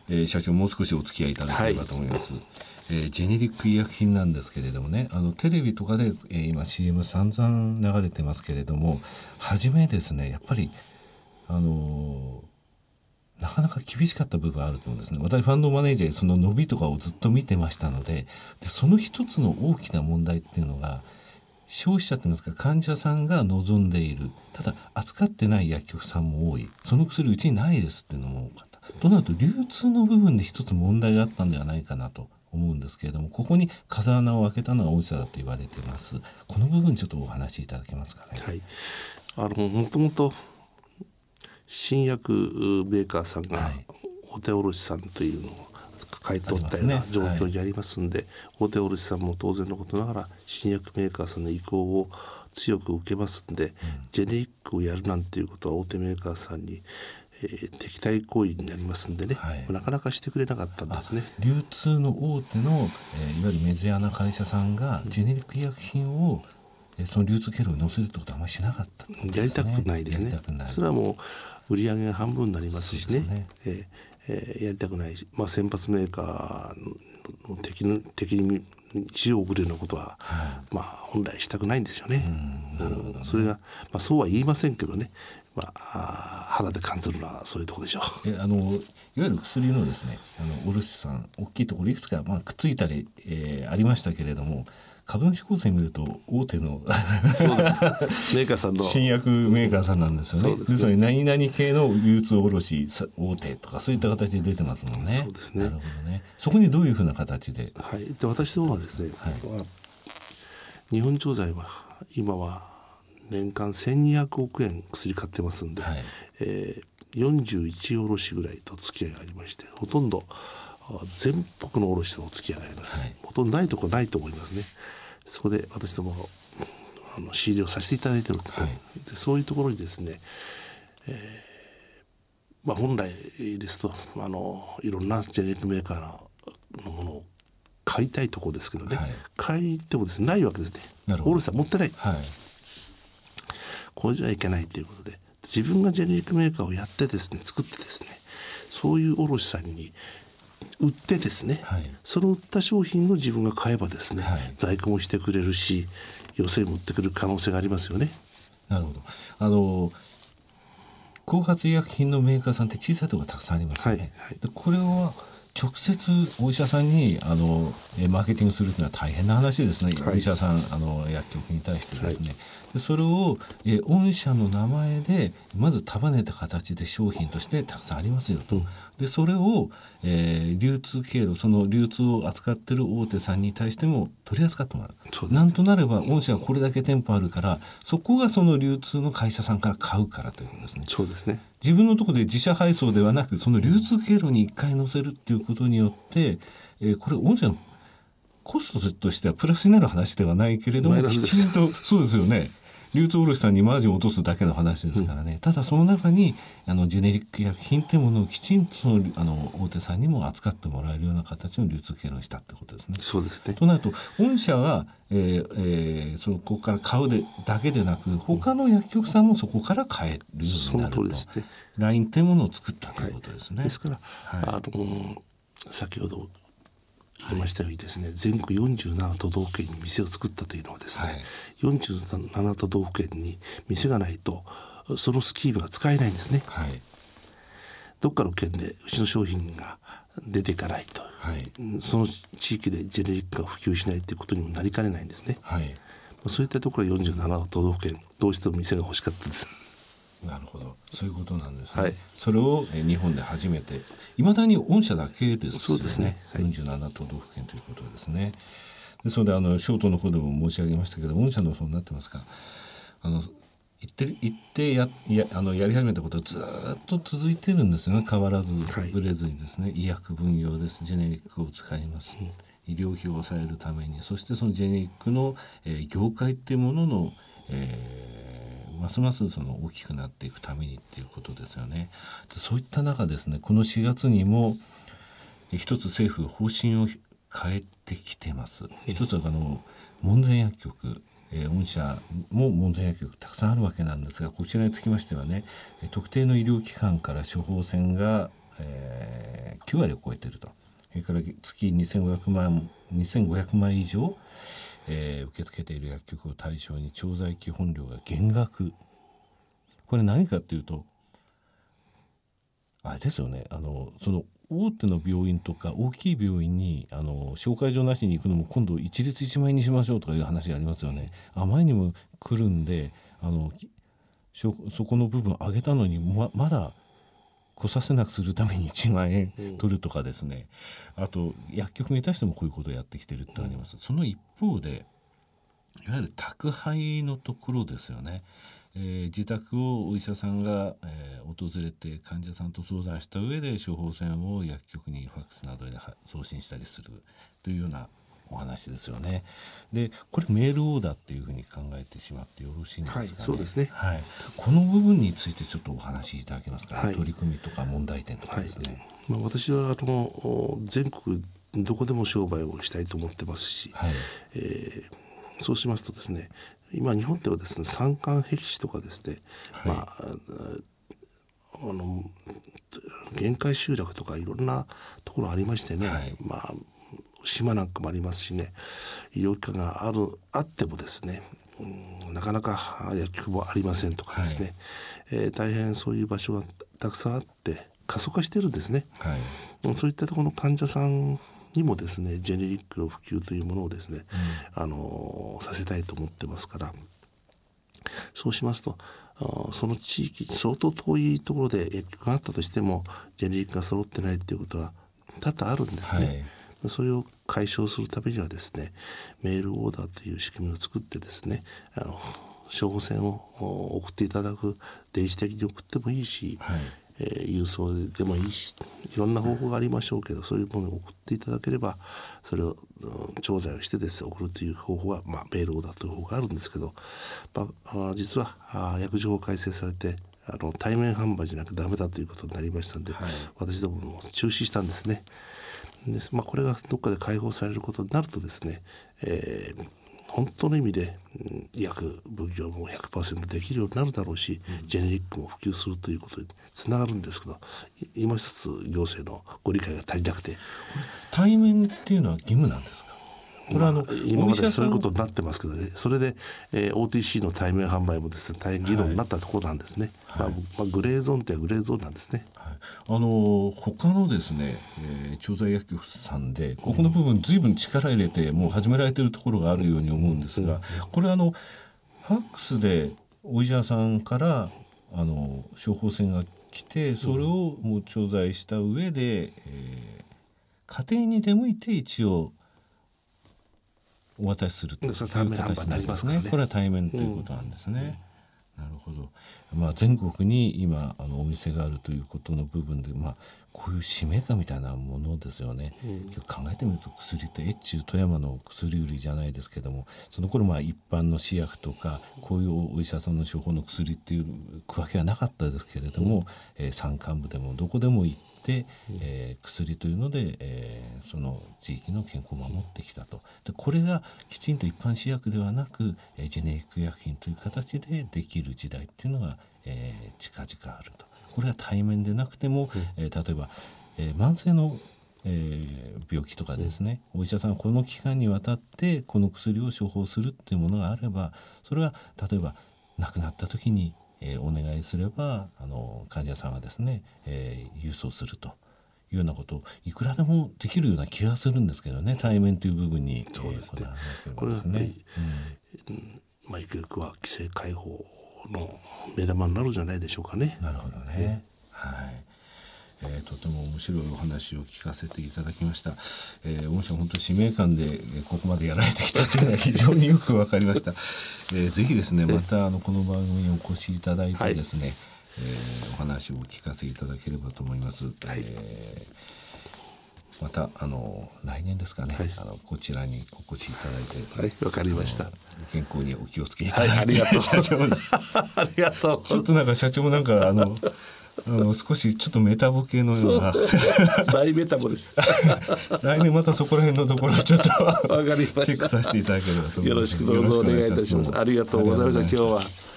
社長もう少しお付き合いいただければと思います、ジェネリック医薬品なんですけれどもね、テレビとかで、今 CM 散々流れてますけれども、初めですねやっぱりなかなか厳しかった部分あると思うんですね。私ファンドマネージャーでその伸びとかをずっと見てましたので、その一つの大きな問題っていうのが、消費者といいますか患者さんが望んでいる、ただ扱ってない薬局さんも多い、その薬うちにないですっていうのも多かった。となると流通の部分で一つ問題があったんではないかなと思うんですけれども、ここに風穴を開けたのは御社だと言われています。この部分ちょっとお話しいただけますかね。 はい、もともと新薬メーカーさんが大手卸さんというのを買い取ったような状況にありますんで、大手卸さんも当然のことながら新薬メーカーさんの意向を強く受けますんで、ジェネリックをやるなんていうことは大手メーカーさんに、敵対行為になりますんでね、なかなかしてくれなかったんですね。 流通の大手の、いわゆるメジャーな会社さんがジェネリック医薬品をその流通経路に載せるってことはあんまりしなかったってことですね。 やりたくないですね。それはもう売り上げが半分になりますしね、やりたくないし、先発メーカーの敵に血を送るようなことは、本来したくないんですよね。それが、そうは言いませんけどね、肌で感じるのはそういうところでしょう。 いわゆる薬のですね、卸さん大きいところいくつか、くっついたり、ありましたけれども、株主構成見ると大手のそうメーカーさんの新薬メーカーさんなんですよね。 そうですね。 それ何々系の流通卸大手とかそういった形で出てますもんね。 そうですね。 なるほどね。そこにどういうふうな形で。 で私どもはですね、日本調剤は今は年間1200億円薬買ってますんで、41卸ぐらいと付き合いがありまして、ほとんど全国の卸とお付き合いがあります、ほとんどないところないと思いますね。そこで私ども仕入れをさせていただいていると、でそういうところにですね、本来ですといろんなジェネリックメーカーのものを買いたいところですけどね、買いに行ってもですねないわけですね。卸さん持ってない、これじゃいけないということで、自分がジェネリックメーカーをやってですね、作ってですね、そういう卸さんに売ってですね、その売った商品を自分が買えばですね、在庫もしてくれるし、余生も売ってくる可能性がありますよね。 なるほど。後発医薬品のメーカーさんって小さいところがたくさんありますよね。でこれは直接お医者さんにマーケティングするというのは大変な話ですね、お医者さん薬局に対してですね、でそれを御社の名前でまず束ねた形で商品としてたくさんありますよと、でそれを、流通経路、その流通を扱っている大手さんに対しても取り扱ってもらう、なんとなれば御社はこれだけ店舗あるからそこがその流通の会社さんから買うからということですね。 そうですね。 自分のところで自社配送ではなくその流通経路に一回載せるっていうことによって、これ御社のコストとしてはプラスになる話ではないけれども、きちんとそうですよね、流通卸さんにマージンを落とすだけの話ですからね、ただその中にジェネリック薬品というものをきちんとその大手さんにも扱ってもらえるような形の流通経路にしたってことですね。 そうですね。 となると御社は、そここから買うだけでなく他の薬局さんもそこから買えるようになると、 その通りですね。 ラインというものを作ったということですね。 ですから、先ほど言いましたようにですね、全国47都道府県に店を作ったというのはですね、47都道府県に店がないとそのスキームが使えないんですね。どっかの県でうちの商品が出ていかないと、その地域でジェネリックが普及しないということにもなりかねないんですね。そういったところは47都道府県どうしても店が欲しかったです。 なるほど、そういうことなんですね。それを日本で初めて、いまだに御社だけですね。 そうですね。 47都道府県ということですね。ですのでショートの方でも申し上げましたけど、御社のそうなってますか、言ってやり始めたことはずっと続いてるんですよね。変わらずぶれずにですね、医薬分業です、ジェネリックを使います、医療費を抑えるために、そしてそのジェネリックの、業界っていうものの、ますますその大きくなっていくためにっていうことですよね。でそういった中ですね、この4月にも一つ政府方針を変えてきてます。一つは門前薬局、御社も門前薬局たくさんあるわけなんですが、こちらにつきましてはね、特定の医療機関から処方箋が、 9割を超えていると。それから月2500万以上、受け付けている薬局を対象に調剤基本料が減額。これ何かっていうとあれですよね、その大手の病院とか大きい病院に紹介状なしに行くのも今度一律1万円にしましょうとかいう話がありますよね。前にも来るんでそこの部分上げたのに まだ来させなくするために1万円取るとかですね、あと薬局に対してもこういうことをやってきてるってあります。その一方でいわゆる宅配のところですよね。自宅をお医者さんが、訪れて患者さんと相談した上で処方箋を薬局にファックスなどで送信したりするというようなお話ですよね。でこれメールオーダーっていうふうに考えてしまってよろしいんですかね。 そうですね、 この部分についてちょっとお話しいただけますか、取り組みとか問題点とかですね。 私は全国どこでも商売をしたいと思ってますし、そうしますとですね、今日本ではですね山間僻地とかですね、限界集落とかいろんなところありましてね、島なんかもありますしね、医療機関があってもですね、なかなか薬局もありませんとかですね、大変そういう場所がたくさんあって過疎化してるんですね、そういったところの患者さんにもですねジェネリックの普及というものをですね、させたいと思ってますから、そうしますとその地域相当遠いところで薬局があったとしてもジェネリックが揃ってないということは多々あるんですね、それを解消するためにはですねメールオーダーという仕組みを作ってですね処方箋を送っていただく、電子的に送ってもいいし、郵送でもいいし、いろんな方法がありましょうけど、そういうものを送っていただければそれを調剤をしてですね送るという方法は、メールオーダーという方法があるんですけど、実は薬事法改正されて対面販売じゃなくダメだということになりましたので、私どもも中止したんですね。でこれがどっかで解放されることになるとですね、本当の意味で、医薬分業も 100% できるようになるだろうし、ジェネリックも普及するということにつながるんですけど、今一つ行政のご理解が足りなくて。 対面っていうのは義務なんですか？これ今までそういうことになってますけどね、それで、OTC の対面販売もですね大変議論になったところなんですね、グレーゾーンってグレーゾーンなんですね。 他のですね、調剤薬局さんでここの部分随分力入れてもう始められているところがあるように思うんですが、これファックスでお医者さんから処方箋が来て、それをもう調剤した上で、家庭に出向いて一応お渡しするという形になりますね。これは対面ということなんですね。なるほど。全国に今お店があるということの部分で、こういう使命感みたいなものですよね。考えてみると薬って越中富山の薬売りじゃないですけども、その頃一般の試薬とかこういうお医者さんの処方の薬っていう区分けはなかったですけれども、山間部でもどこでも行って、薬というので、その地域の健康を守ってきたと。でこれがきちんと一般試薬ではなく、ジェネリック薬品という形でできる時代っていうのが、近々あると。これは対面でなくても、例えば、慢性の、病気とかですね、お医者さんがこの期間にわたってこの薬を処方するっていうものがあれば、それは例えば亡くなった時に、お願いすれば患者さんがですね、郵送するというようなことをいくらでもできるような気がするんですけどね、対面という部分に。 そうですね。これはやっぱり、ゆくゆくは規制解放の目玉になるんじゃないでしょうかね。 なるほどね。とても面白いお話を聞かせていただきました。御社本当に使命感でここまでやられてきたというのは非常によく分かりました。ぜひですねまたこの番組にお越しいただいてですね、お話をお聞かせいただければと思います。また来年ですかね、こちらにお越しいただいてですね、 わかりました。 健康にお気をつけいただいて、 ありがとう社長ありがとう。 ちょっと社長も少しちょっとメタボ系のような大メタボです来年またそこら辺のところをちょっとわかりました。 チェックさせていただければと思います。 よろしくどうぞお願いいたします。ありがとうございました。今日は